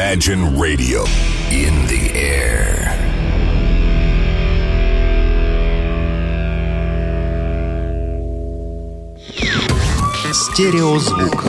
Imagine Radio in the air. Стереозвук.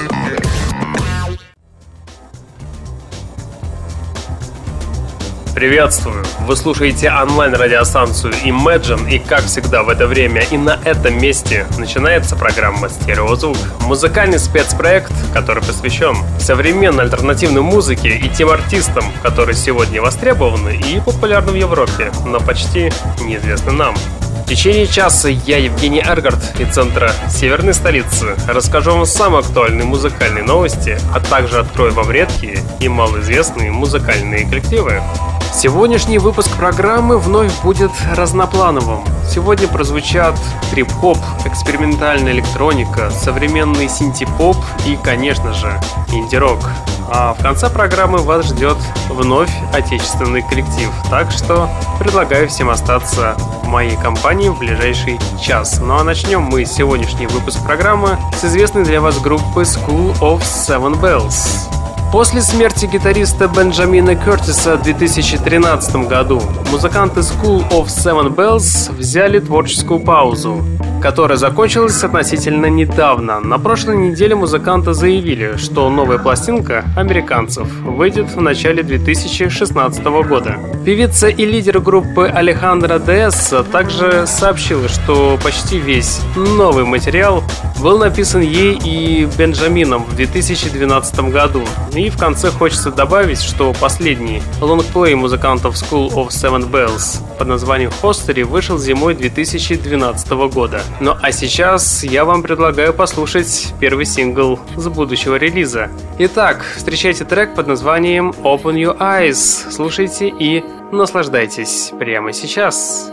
Приветствую! Вы слушаете онлайн-радиостанцию Imagine, и как всегда в это время и на этом месте начинается программа «Стереозвук». Музыкальный спецпроект, который посвящен современной альтернативной музыке и тем артистам, которые сегодня востребованы и популярны в Европе, но почти неизвестны нам. В течение часа я, Евгений Эргард, из центра северной столицы, расскажу вам самые актуальные музыкальные новости, а также открою вам редкие и малоизвестные музыкальные коллективы. Сегодняшний выпуск программы вновь будет разноплановым. Сегодня прозвучат трип-хоп, экспериментальная электроника, современный синти-поп и, конечно же, инди-рок. А в конце программы вас ждет вновь отечественный коллектив, так что предлагаю всем остаться в моей компании в ближайший час. Ну а начнем мы сегодняшний выпуск программы с известной для вас группы School of Seven Bells. После смерти гитариста Бенджамина Кертиса в 2013 году музыканты School of Seven Bells взяли творческую паузу, которая закончилась относительно недавно. На прошлой неделе музыканты заявили, что новая пластинка американцев выйдет в начале 2016 года. Певица и лидер группы Алехандро Дэс также сообщила, что почти весь новый материал был написан ей и Бенджамином в 2012 году. И в конце хочется добавить, что последний лонгплей музыкантов School of Seven Bells под названием History вышел зимой 2012 года. Ну а сейчас я вам предлагаю послушать первый сингл с будущего релиза. Итак, встречайте трек под названием Open Your Eyes. Слушайте и наслаждайтесь прямо сейчас.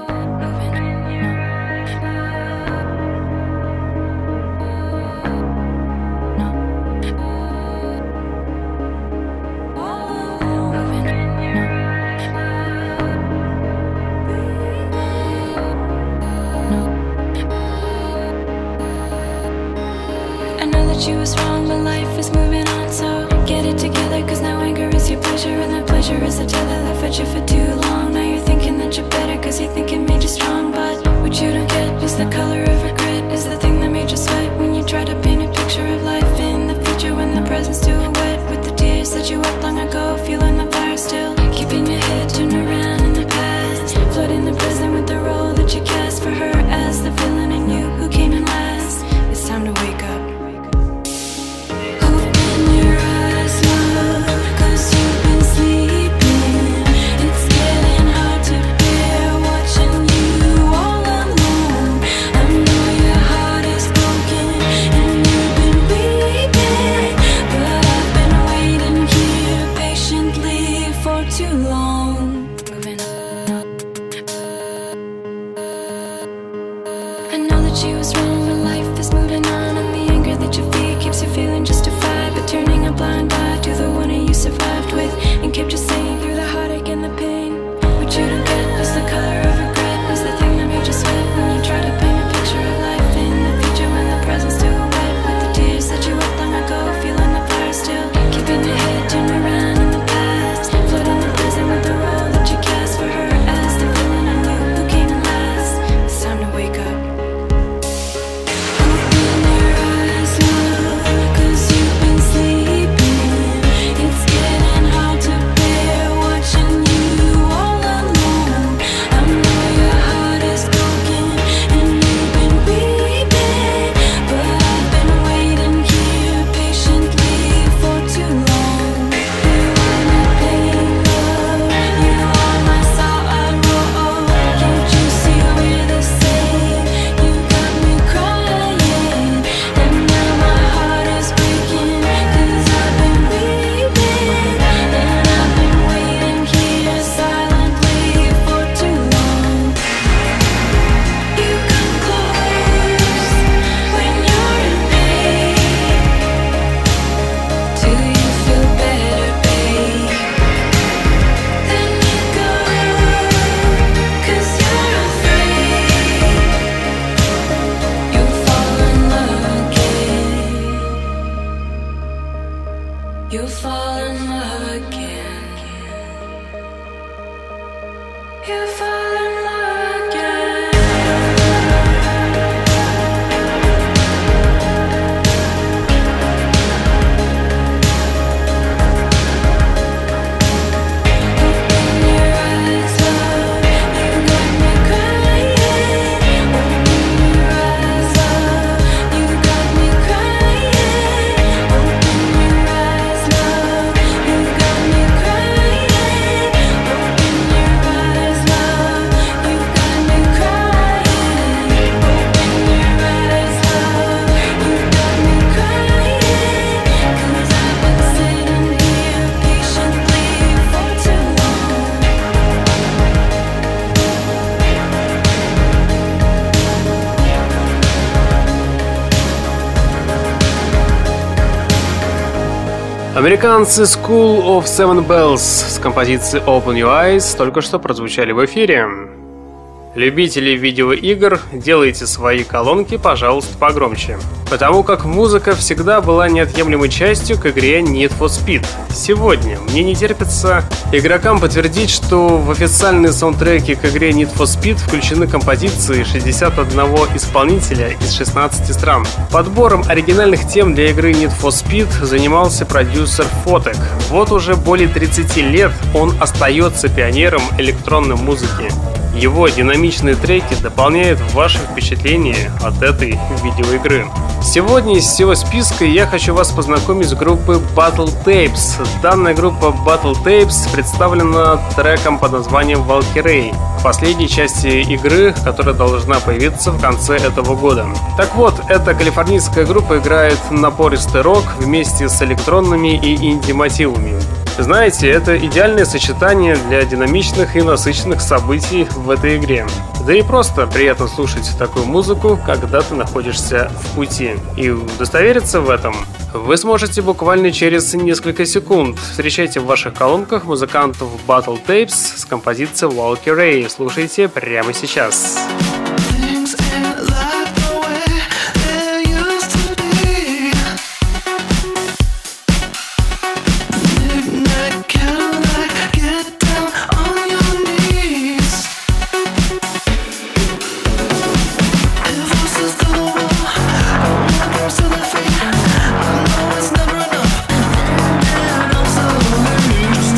Американцы School of Seven Bells с композицией Open Your Eyes только что прозвучали в эфире. Любители видеоигр, делайте свои колонки, пожалуйста, погромче. Потому как музыка всегда была неотъемлемой частью к игре Need for Speed. Сегодня мне не терпится игрокам подтвердить, что в официальные саундтреки к игре Need for Speed включены композиции 61 исполнителя из 16 стран. Подбором оригинальных тем для игры Need for Speed занимался продюсер Photek. Вот уже более 30 лет он остается пионером электронной музыки. Его динамичные треки дополняют ваши впечатления от этой видеоигры. Сегодня из всего списка я хочу вас познакомить с группой Battle Tapes. Данная группа Battle Tapes представлена треком под названием Valkyrie, последней части игры, которая должна появиться в конце этого года. Так вот, эта калифорнийская группа играет напористый рок вместе с электронными и инди-мотивами. Знаете, это идеальное сочетание для динамичных и насыщенных событий в этой игре. Да и просто приятно слушать такую музыку, когда ты находишься в пути. И удостовериться в этом вы сможете буквально через несколько секунд. Встречайте в ваших колонках музыкантов Battle Tapes с композицией Valkyrie. Слушайте прямо сейчас.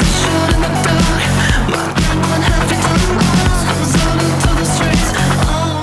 Oh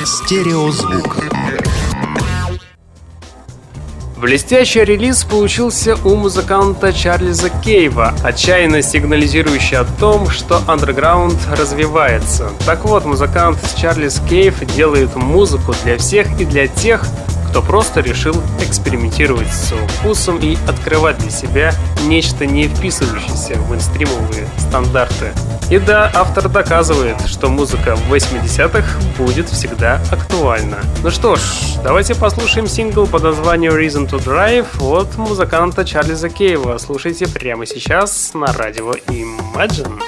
Стереозвук. Блестящий релиз получился у музыканта Чарльза Кейва, отчаянно сигнализирующий о том, что андерграунд развивается. Так вот, музыкант Чарльз Кейв делает музыку для всех и для тех, кто просто решил экспериментировать с вкусом и открывать для себя нечто, не вписывающееся в мейнстримовые стандарты. И да, автор доказывает, что музыка в 80-х будет всегда актуальна. Ну что ж, давайте послушаем сингл под названием Reason to Drive от музыканта Чарльза Кейва. Слушайте прямо сейчас на радио Imagine.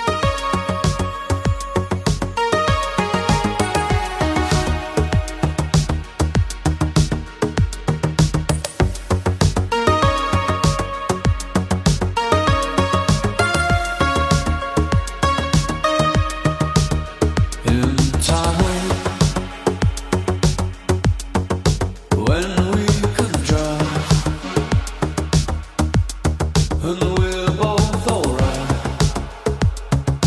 And we're both alright.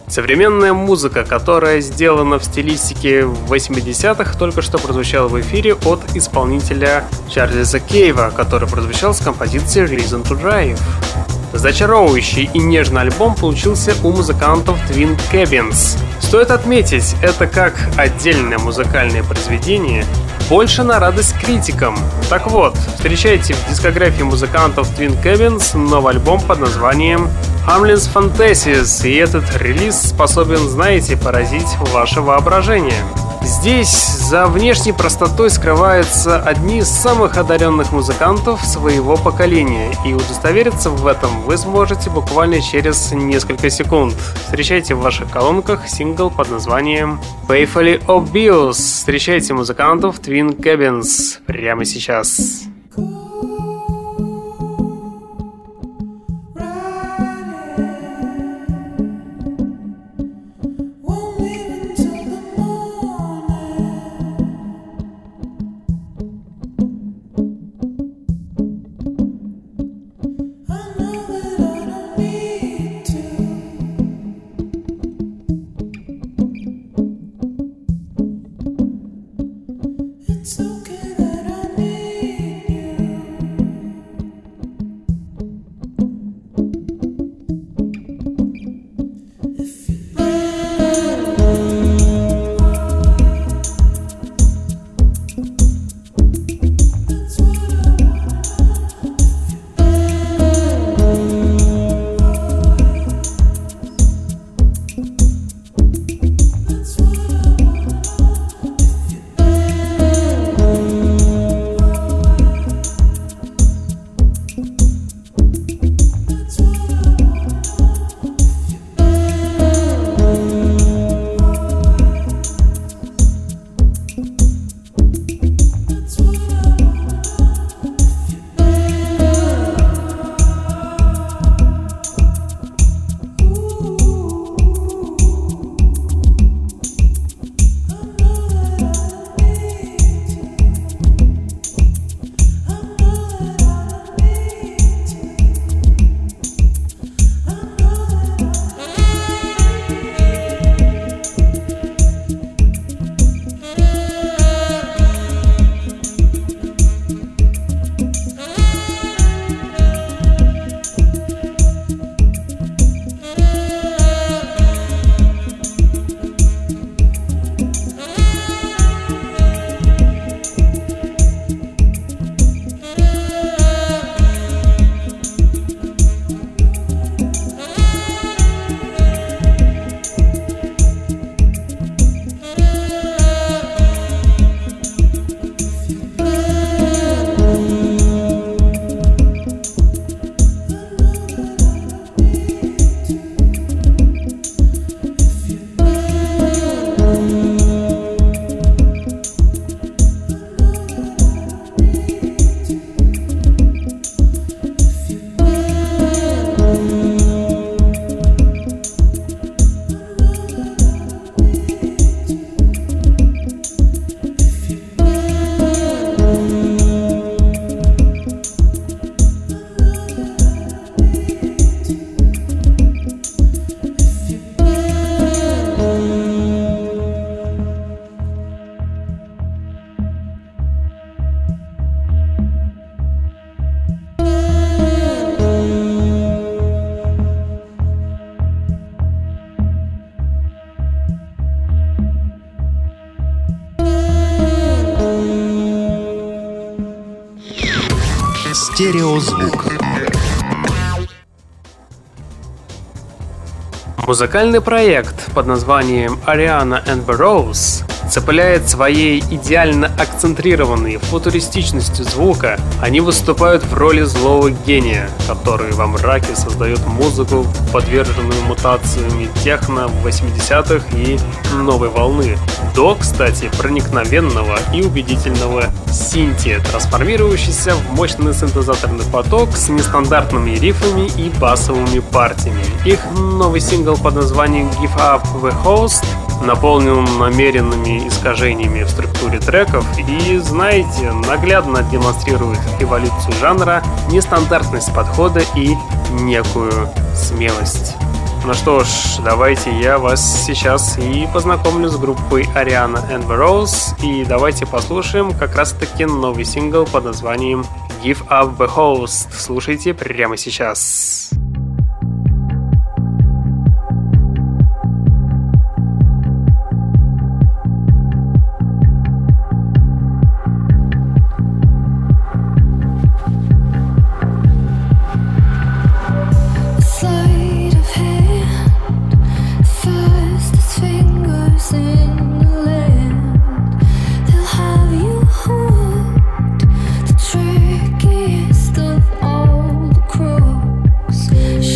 Современная музыка, которая сделана в стилистике 80-х, только что прозвучала в эфире от исполнителя Чарльза Кейва, который прозвучал с композицией Reason to Drive. Зачаровывающий и нежный альбом получился у музыкантов Twin Cabins. Стоит отметить, это как отдельное музыкальное произведение, больше на радость критикам. Так вот, встречайте в дискографии музыкантов Twin Cabins новый альбом под названием Hamlin's Fantasies, и этот релиз способен, знаете, поразить ваше воображение. Здесь за внешней простотой скрываются одни из самых одаренных музыкантов своего поколения, и удостовериться в этом вы сможете буквально через несколько секунд. Встречайте в ваших колонках сингл под названием Painfully Obvious. Встречайте музыкантов Twin Cabins прямо сейчас. Стереозвук. Музыкальный проект под названием Ariana and the Rose цепляет своей идеально акцентрированной футуристичностью звука. Они выступают в роли злого гения, который во мраке создает музыку, подверженную мутациями техно 80-х и новой волны. До, кстати, проникновенного и убедительного синти, трансформирующийся в мощный синтезаторный поток с нестандартными рифами и басовыми партиями. Их новый сингл под названием Give Up the Host наполнен намеренными искажениями в структуре треков и, знаете, наглядно демонстрирует эволюцию жанра, нестандартность подхода и некую смелость. Ну что ж, давайте я вас сейчас и познакомлю с группой Ariana and Burroughs. И давайте послушаем как раз-таки новый сингл под названием Give Up the Ghost. Слушайте прямо сейчас. Trickiest of all the crooks.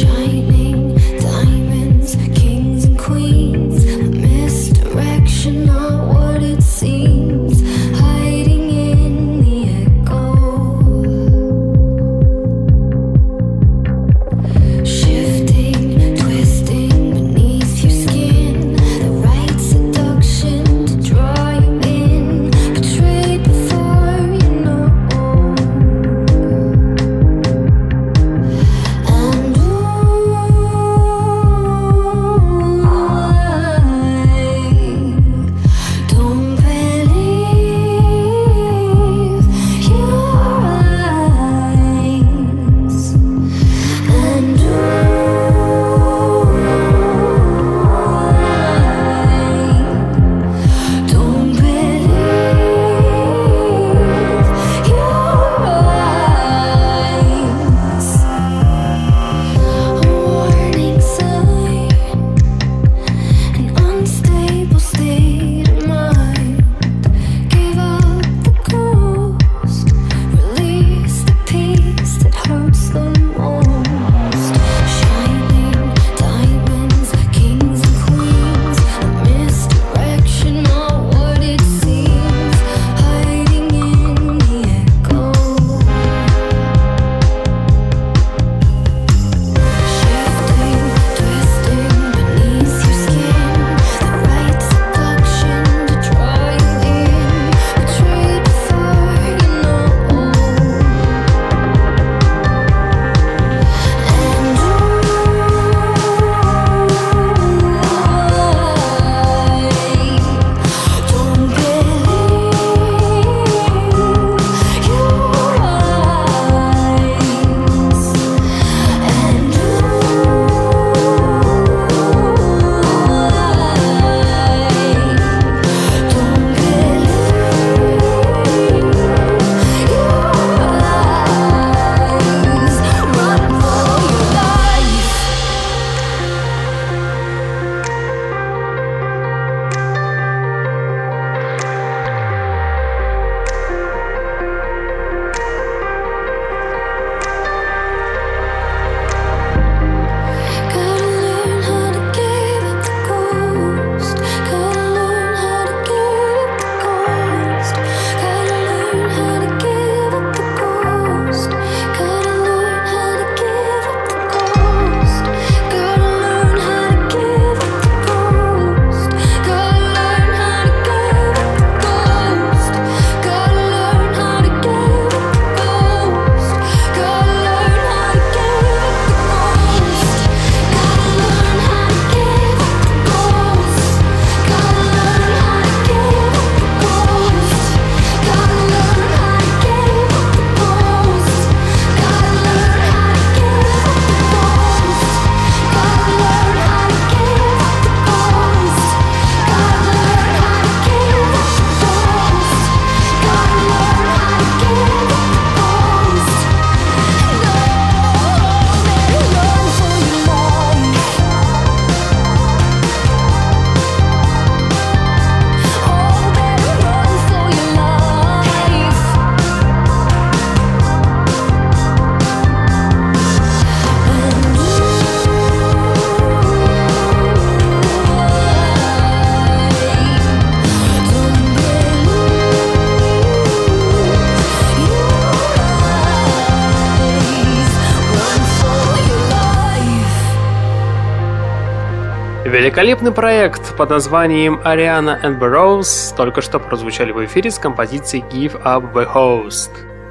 Великолепный проект под названием Ariana and Burroughs только что прозвучали в эфире с композицией Give Up the Ghost.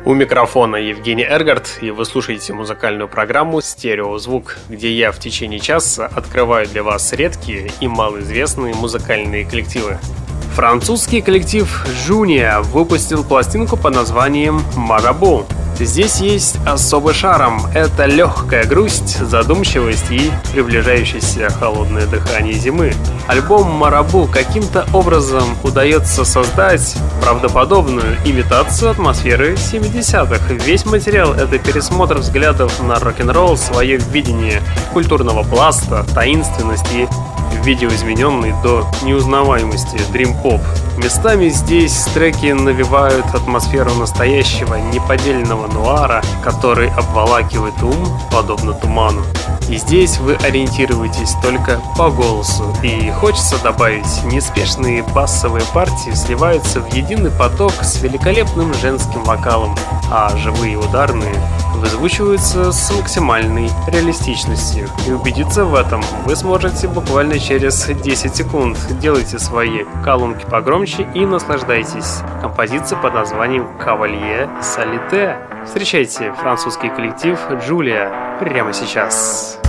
У микрофона Евгений Эргард, и вы слушаете музыкальную программу «Стереозвук», где я в течение часа открываю для вас редкие и малоизвестные музыкальные коллективы. Французский коллектив Junia выпустил пластинку под названием «Марабу». Здесь есть особый шарм. Это легкая грусть, задумчивость и приближающееся холодное дыхание зимы. Альбом «Марабу» каким-то образом удается создать правдоподобную имитацию атмосферы 70-х. Весь материал — это пересмотр взглядов на рок-н-ролл, свое видение культурного пласта, таинственности и видеоизмененный до неузнаваемости дрим-поп. Местами здесь треки навевают атмосферу настоящего неподдельного нуара, который обволакивает ум, подобно туману. И здесь вы ориентируетесь только по голосу. И хочется добавить, неспешные басовые партии сливаются в единый поток с великолепным женским вокалом, а живые ударные вызвучиваются с максимальной реалистичностью. И убедиться в этом вы сможете буквально через 10 секунд. Делайте свои колонки погромче и наслаждайтесь. Композиция под названием «Кавалье Солите». Встречайте французский коллектив Julia прямо сейчас.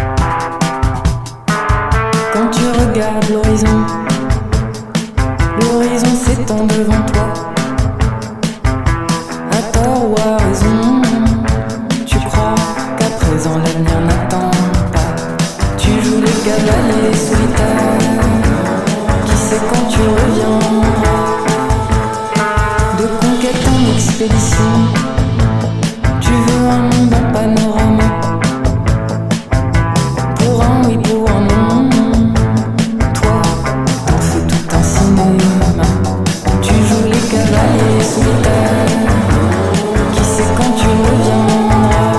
Quand tu regardes l'horizon, l'horizon s'étend devant toi. À tort ou à raison, tu crois qu'à présent l'avenir n'attend pas. Tu joues les cavaliers solitaires, qui sait quand tu reviendras. De conquête en expédition, tu veux un monde en panorama. Pour un oui, pour un non, toi, t'en fais tout un cinéma. Tu joues les cavaliers solitaires, qui sait quand tu reviendras.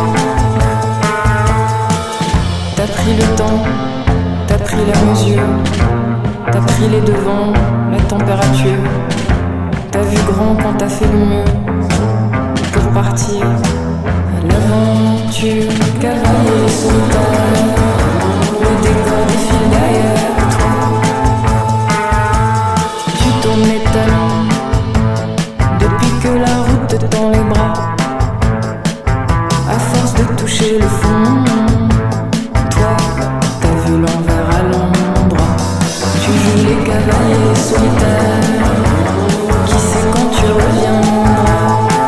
T'as pris le temps, t'as pris la mesure, t'as pris les devants, la température. T'as vu grand quand t'as fait le mieux pour partir à l'aventure. Cavalier solitaire, le décor défile derrière toi. Tu tournes les talons depuis que la route te tend les bras. À force de toucher le fond, toi, t'as vu l'envers à l'endroit. Tu joues les cavaliers solitaires, qui sait quand tu reviendras.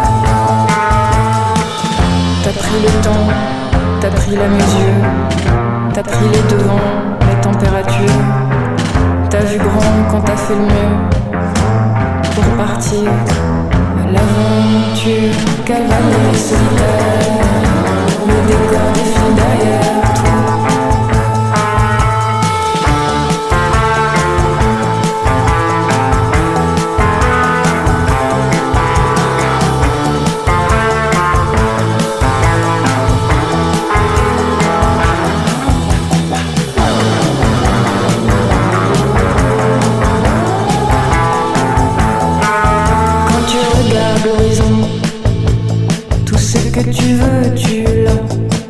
T'as pris le temps, t'as pris la mesure, t'as pris les devants, la température. T'as vu grand quand t'as fait le mieux pour partir à l'aventure. Cavalier solitaire, le décor défile derrière toi. Que tu veux, tu l'as.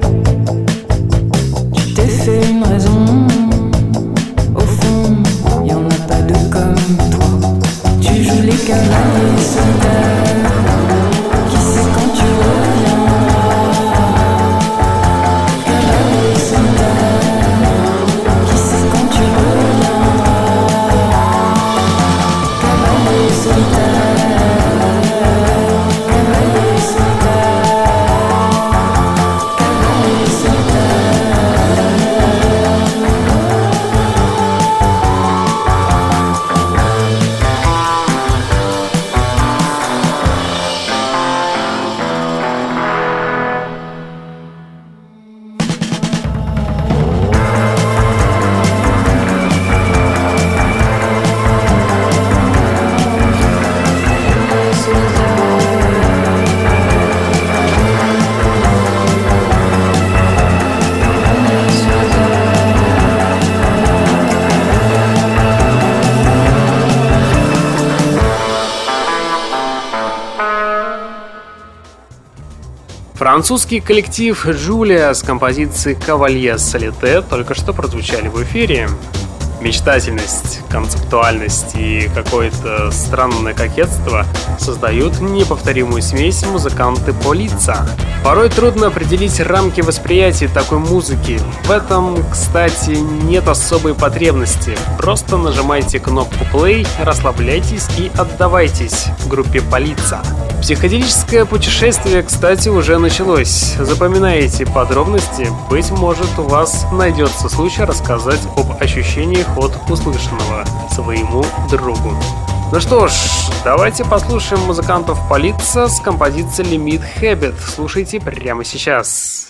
Tu t'es fait une raison. Au fond, y'en a pas deux comme toi. Tu joues les cavaliers solitaires, qui sait quand tu reviendras. Cavalier solitaire, qui sait quand tu reviendras. Cavalier solitaire, cavalier solitaire. Французский коллектив Julia с композицией «Кавалье Солите» только что прозвучали в эфире. Мечтательность, концептуальность и какое-то странное кокетство создают неповторимую смесь музыканты Полица. Порой трудно определить рамки восприятия такой музыки. В этом, кстати, нет особой потребности. Просто нажимайте кнопку play, расслабляйтесь и отдавайтесь группе Полица. Психоделическое путешествие, кстати, уже началось. Запоминайте подробности, быть может, у вас найдется случай рассказать об ощущениях от услышанного своему другу. Ну что ж, давайте послушаем музыкантов Полица с композицией Limit Habit. Слушайте прямо сейчас.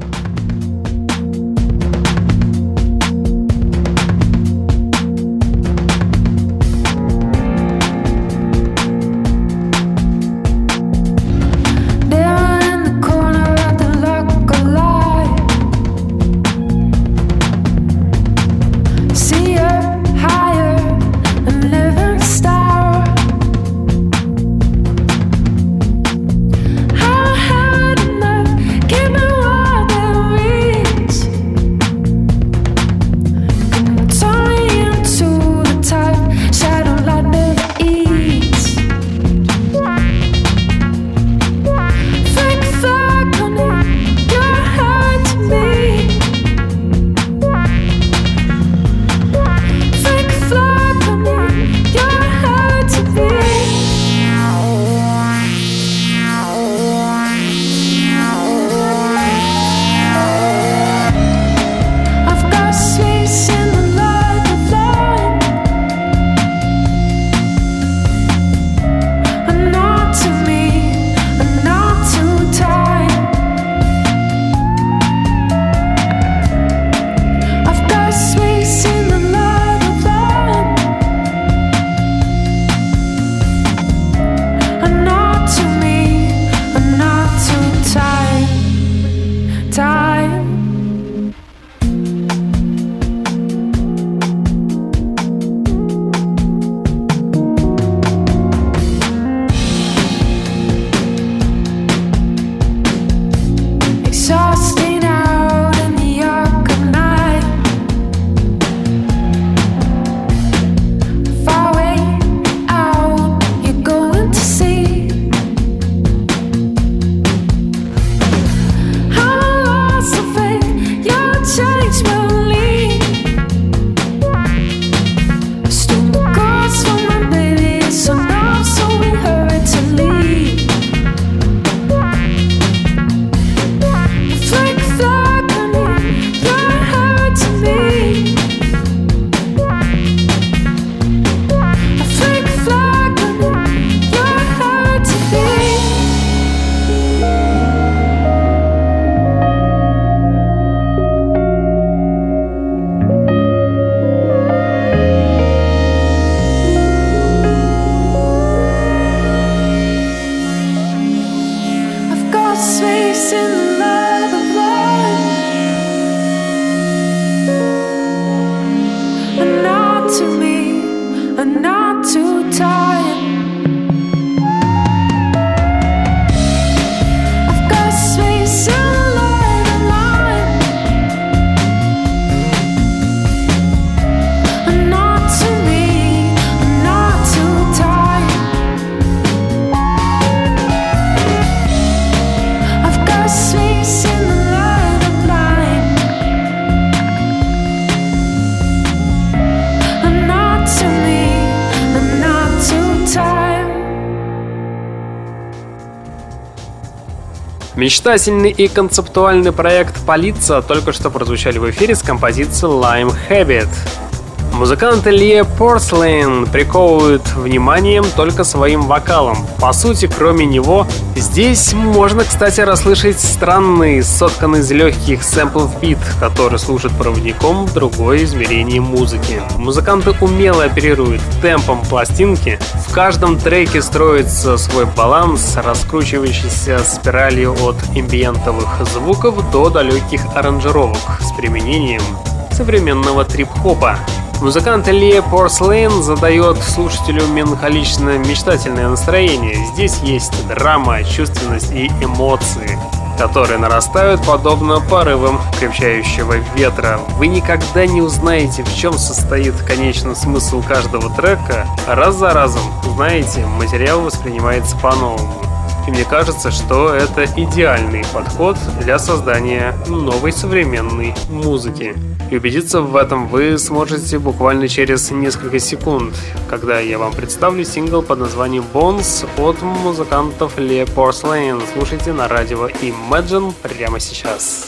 Мечтательный и концептуальный проект Полица только что прозвучали в эфире с композицией Lime Habit. Музыканты Лия Порслейн приковывают вниманием только своим вокалом. По сути, кроме него, здесь можно, кстати, расслышать странный, сотканный из легких сэмплов бит, который служит проводником в другое измерение музыки. Музыканты умело оперируют темпом пластинки. В каждом треке строится свой баланс, раскручивающийся спиралью от эмбиентовых звуков до далеких аранжировок с применением современного трип-хопа. Музыкант Лия Порслейн задает слушателю меланхолично-мечтательное настроение. Здесь есть драма, чувственность и эмоции. которые нарастают подобно порывам крепчающего ветра. Вы никогда не узнаете, в чем состоит конечный смысл каждого трека. Раз за разом, знаете, материал воспринимается по-новому. И мне кажется, что это идеальный подход для создания новой современной музыки. И убедиться в этом вы сможете буквально через несколько секунд, когда я вам представлю сингл под названием Bones от музыкантов Le Porcelain. Слушайте на радио Imagine прямо сейчас.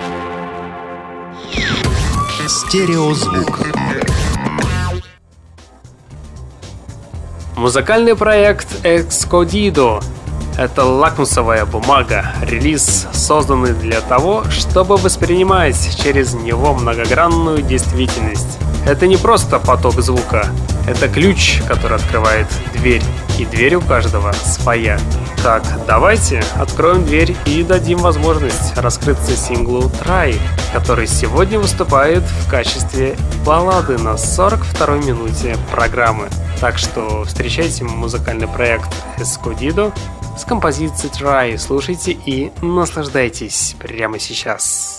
Стереозвук. Музыкальный проект Escondido. Это лакмусовая бумага, релиз, созданный для того, чтобы воспринимать через него многогранную действительность. Это не просто поток звука, это ключ, который открывает дверь, и дверь у каждого своя. Так, давайте откроем дверь и дадим возможность раскрыться синглу Try, который сегодня выступает в качестве баллады на 42-й минуте программы. Так что встречайте музыкальный проект Escondido с композицией Try, слушайте и наслаждайтесь прямо сейчас.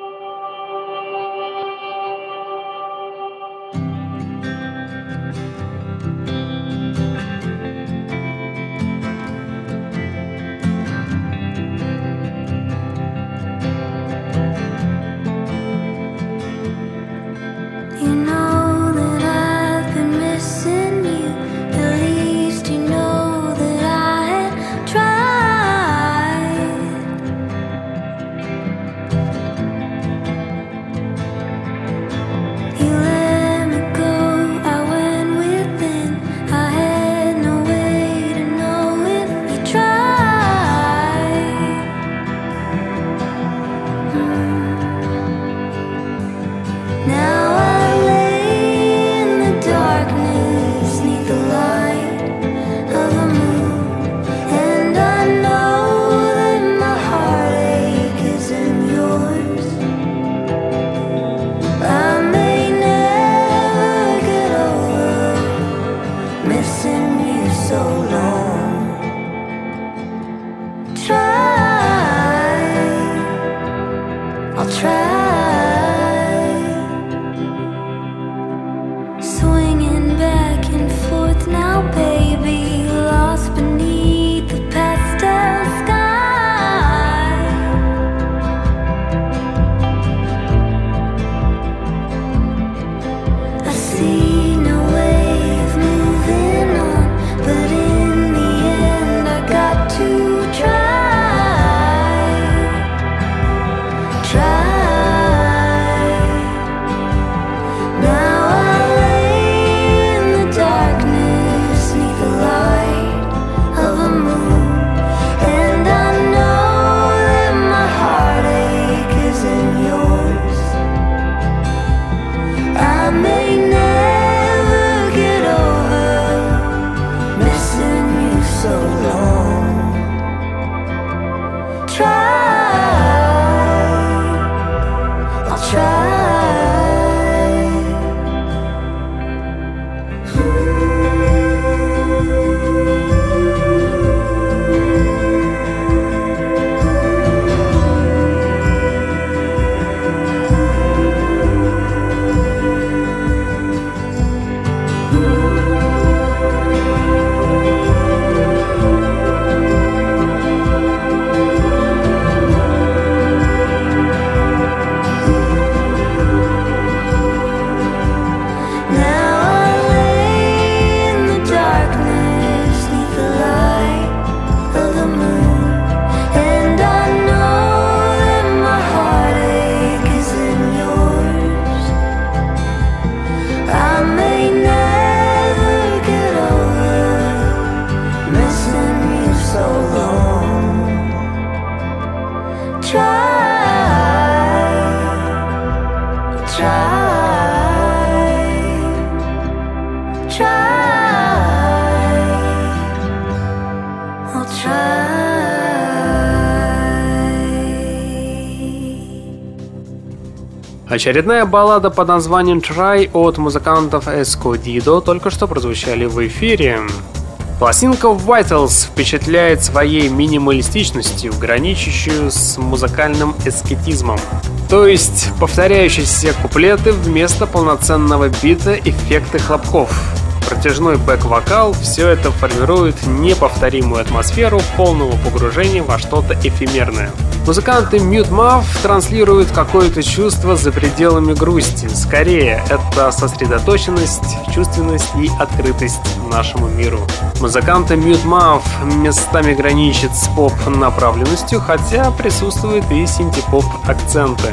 Очередная баллада под названием Try от музыкантов Escondido только что прозвучали в эфире. Пластинка Vitals впечатляет своей минималистичностью, граничащую с музыкальным аскетизмом. То есть повторяющиеся куплеты вместо полноценного бита, эффекты хлопков. Протяжной бэк-вокал — все это формирует неповторимую атмосферу полного погружения во что-то эфемерное. Музыканты Mute Muff транслируют какое-то чувство за пределами грусти. Скорее, это сосредоточенность, чувственность и открытость нашему миру. Музыканты Mute Muff местами граничат с поп-направленностью, хотя присутствуют и синти-поп акценты.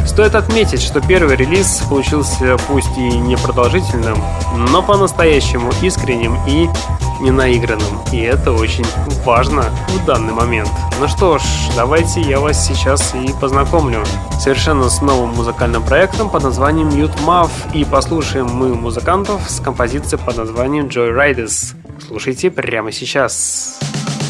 Стоит отметить, что первый релиз получился пусть и непродолжительным, но по-настоящему искренним и ненаигранным. И это очень важно в данный момент. Ну что ж, давайте я вас сейчас и познакомлю совершенно с новым музыкальным проектом под названием Mute Mav. И послушаем мы музыкантов с композицией под названием Joyriders. Слушайте прямо сейчас.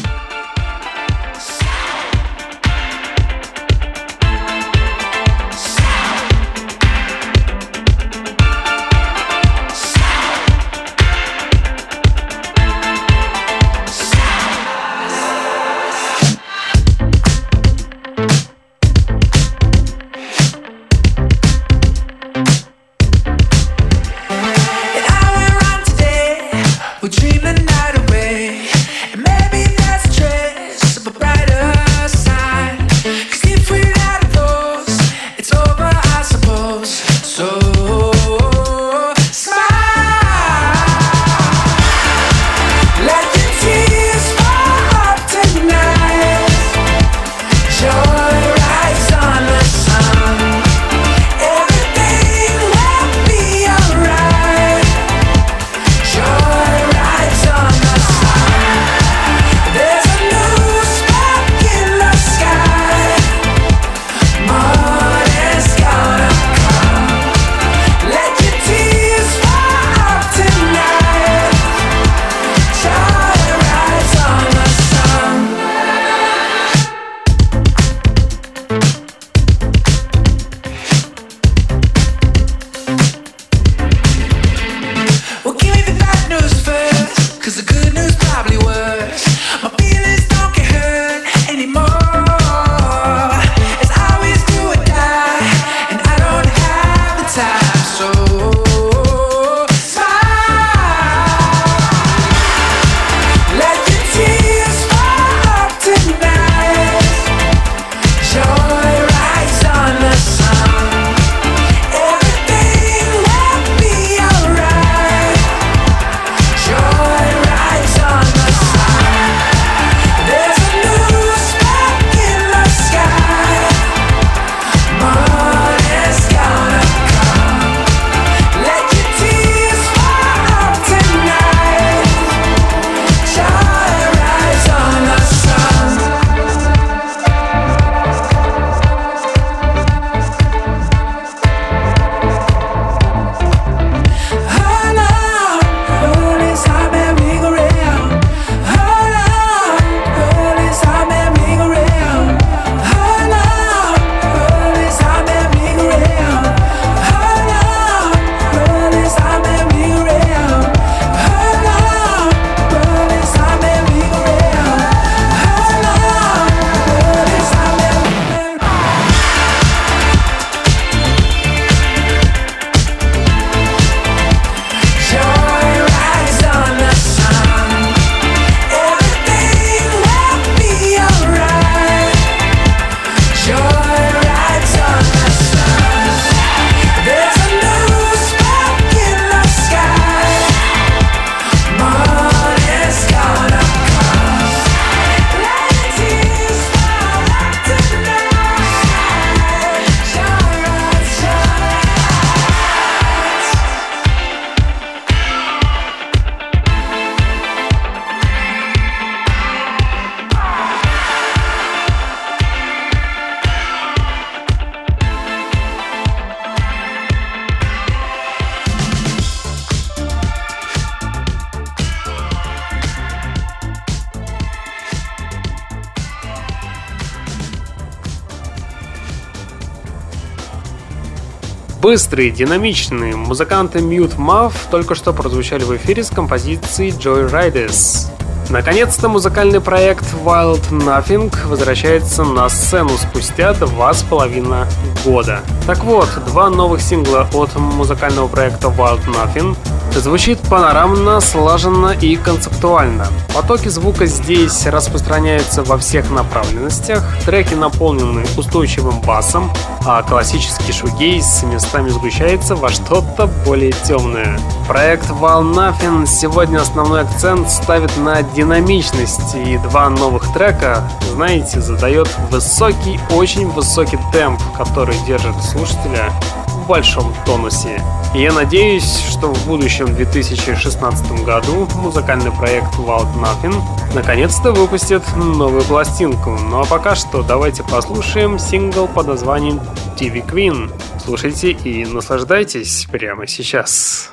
Dream the night away, and maybe that's a trace of a brighter side. 'Cause if we're out of those, it's over, I suppose. So smile, let your tears fall tonight. Joy rides on the sun, everything will be alright. Joy rides on the sun. There's a new spark in the sky. Morning's gonna come. Let your tears fall tonight. Joy rides on the sun. Well, give me the bad news first, 'cause the good news probably worse. My feelings don't get hurt anymore. It's always do or die, and I don't have the time. So smile, let your tears fall tonight. Joy rides on the sun. Everything will be alright. Joy rides on the sun. There's a new spark in the sky. Morning's gonna come. Let your tears fall tonight. Joy rides on the sun. Hold on, roll inside merry-go-round. Hold on, roll inside merry-go-round. Hold on, roll inside merry-go-round. Hold on, roll inside merry-go-round. Hold on, roll inside merry-go-round. Hold on, roll inside merry-go-round. Joy rides on the sun. Everything will be alright. Joy rides on the sun. There's a new spark in the sky. Morning's gonna come. Let your tears fall tonight. Joy rides, joy rides. Быстрые, динамичные музыканты Mute Mav только что прозвучали в эфире с композицией Joyriders. Наконец-то музыкальный проект Wild Nothing возвращается на сцену спустя 2,5 года. Так вот, два новых сингла от музыкального проекта Wild Nothing Звучит панорамно, слаженно и концептуально. Потоки звука здесь распространяются во всех направленностях, треки наполнены устойчивым басом, а классический шугейз местами сгущается во что-то более темное. Проект Val Nothing сегодня основной акцент ставит на динамичность, и два новых трека, знаете, задает высокий, очень высокий темп, который держит слушателя в большом тонусе. И я надеюсь, что в будущем 2016 году музыкальный проект Val Nothing наконец-то выпустит новую пластинку. Ну а пока что давайте послушаем сингл под названием TV Queen. Слушайте и наслаждайтесь прямо сейчас.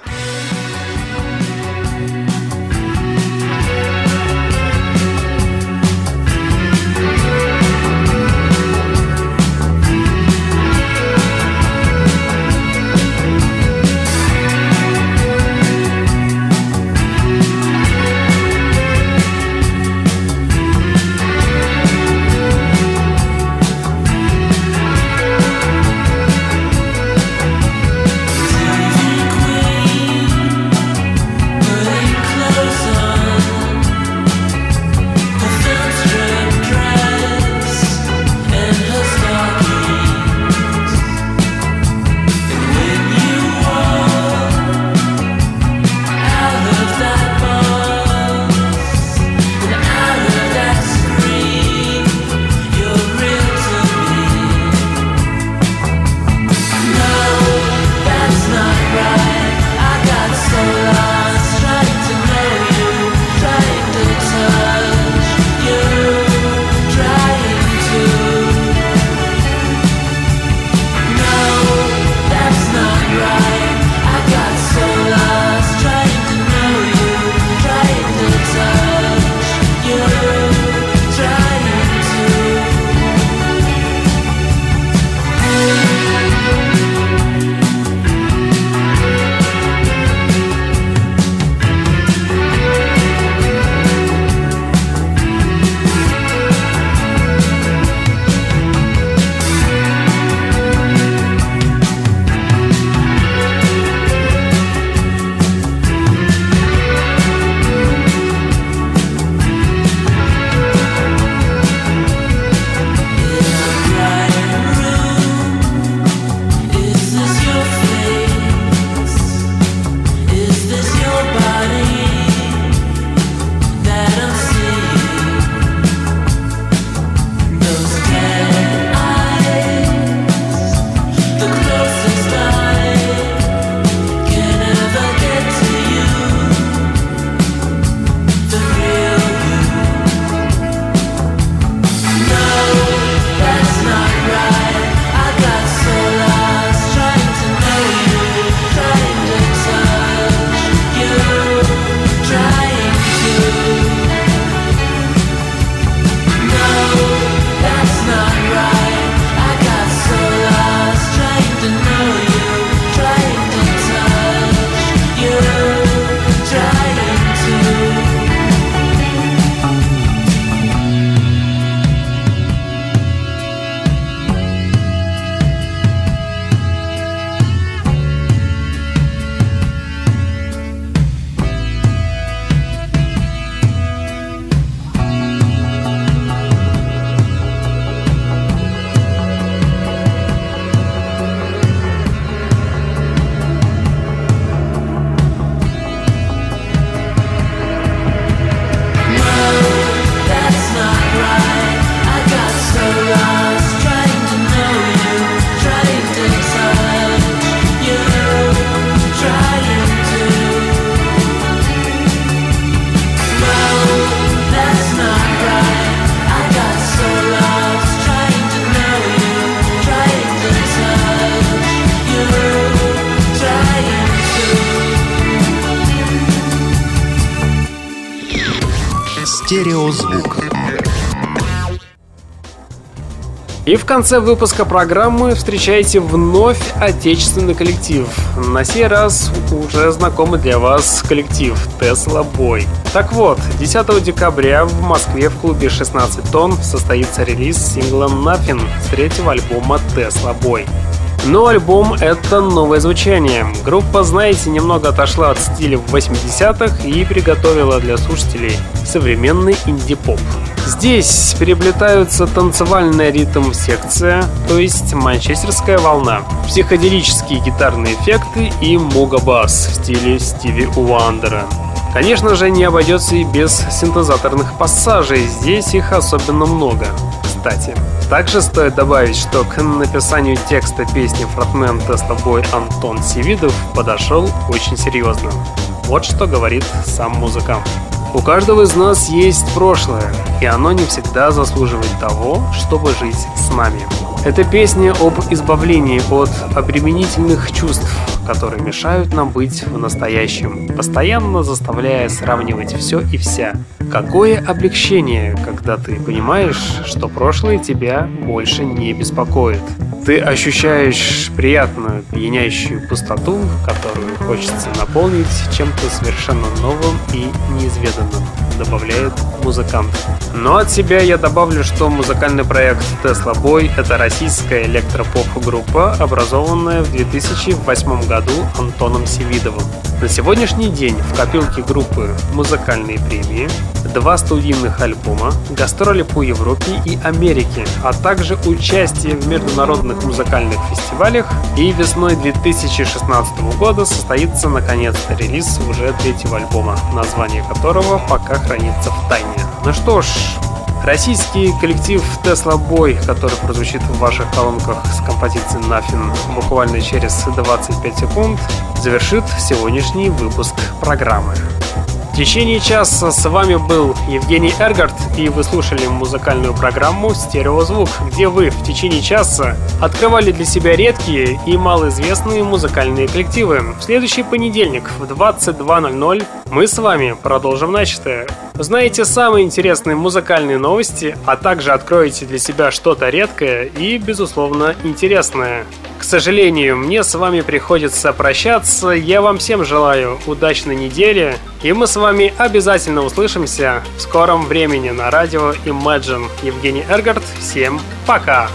Стереозвук. И в конце выпуска программы встречаете вновь отечественный коллектив. На сей раз уже знакомый для вас коллектив Tesla Boy. Так вот, 10 декабря в Москве в клубе 16 тонн состоится релиз сингла Nothing с третьего альбома Tesla Boy. Но альбом — это новое звучание. Группа, знаете, немного отошла от стиля 80-х и приготовила для слушателей современный инди-поп. Здесь переплетаются танцевальная ритм-секция, то есть манчестерская волна, психоделические гитарные эффекты и муга-бас в стиле Стиви Уандера. Конечно же, не обойдется и без синтезаторных пассажей, здесь их особенно много. Кстати, также стоит добавить, что к написанию текста песни фронтмен Tesla Boy Антон Севидов подошел очень серьезно. Вот что говорит сам музыкант. У каждого из нас есть прошлое, и оно не всегда заслуживает того, чтобы жить с нами. Это песня об избавлении от обременительных чувств, которые мешают нам быть в настоящем, постоянно заставляя сравнивать все и вся. Какое облегчение, когда ты понимаешь, что прошлое тебя больше не беспокоит. Ты ощущаешь приятную, пьянящую пустоту, которую хочется наполнить чем-то совершенно новым и неизведанным, добавляет музыкант. Но от себя я добавлю, что музыкальный проект Tesla Boy — это российская электропоп-группа, образованная в 2008 году Антоном Севидовым. На сегодняшний день в копилке группы музыкальные премии, 2 студийных альбома, гастроли по Европе и Америке, а также участие в международных музыкальных фестивалях, и весной 2016 года состоится наконец-то релиз уже 3-го альбома, название которого пока хранится в тайне. Ну что ж, российский коллектив Tesla Boy, который прозвучит в ваших колонках с композицией Nothing буквально через 25 секунд, завершит сегодняшний выпуск программы. В течение часа с вами был Евгений Эргард, и вы слушали музыкальную программу «Стереозвук», где вы в течение часа открывали для себя редкие и малоизвестные музыкальные коллективы. В следующий понедельник в 22:00 мы с вами продолжим начатое. Узнаете самые интересные музыкальные новости, а также откроете для себя что-то редкое и, безусловно, интересное. К сожалению, мне с вами приходится прощаться. Я вам всем желаю удачной недели, и мы с вами обязательно услышимся в скором времени на радио Imagine. Евгений Эргард, всем пока!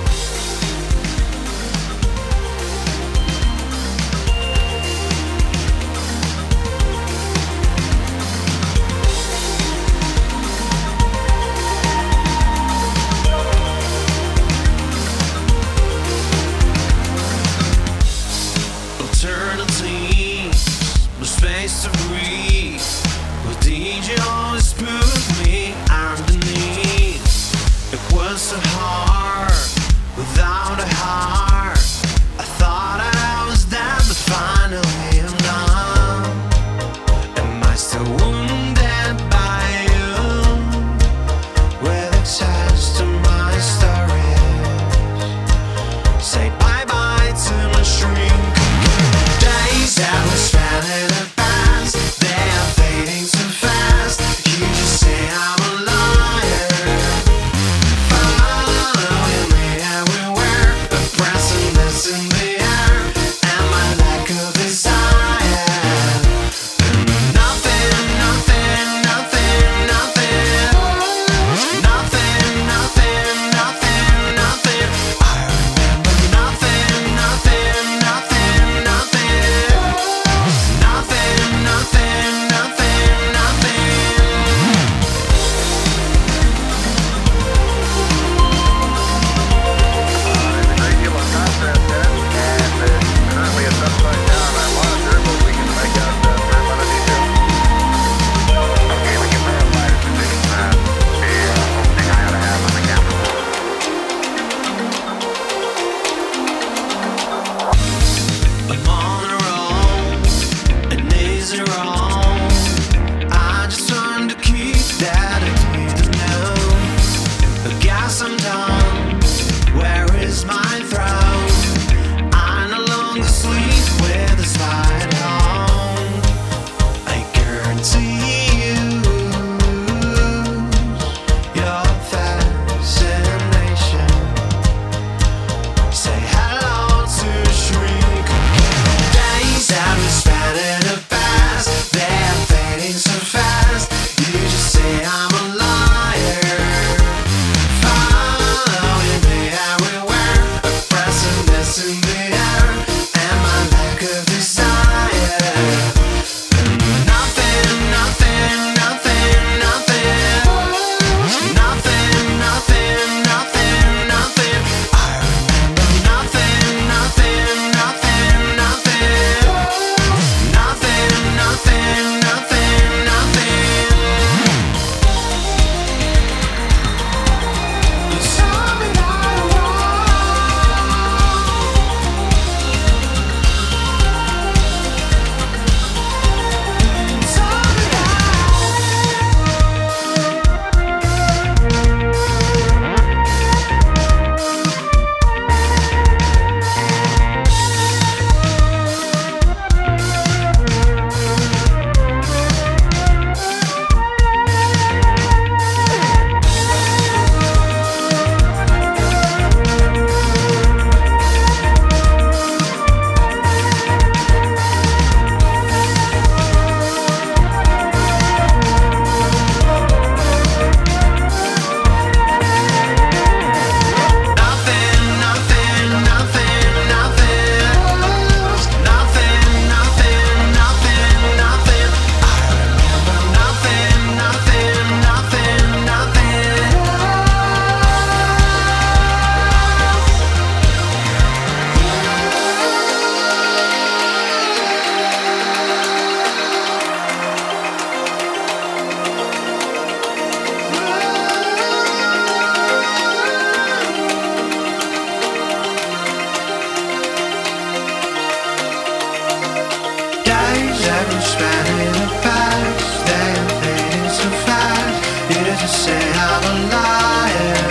say I'm a liar.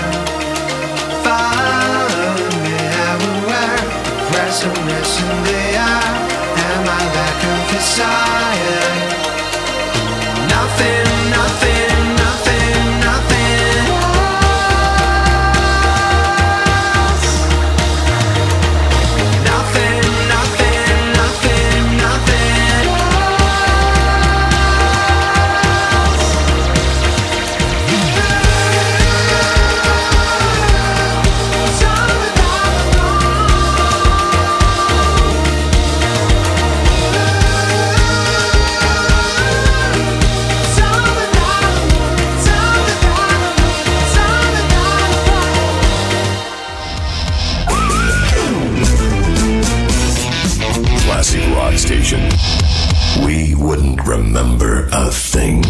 Follow me everywhere. Resonance in the air. Am I lack of desire? Nothing, nothing, nothing, nothing else. Nothing, nothing, nothing, nothing Classic rock station. We wouldn't remember a thing.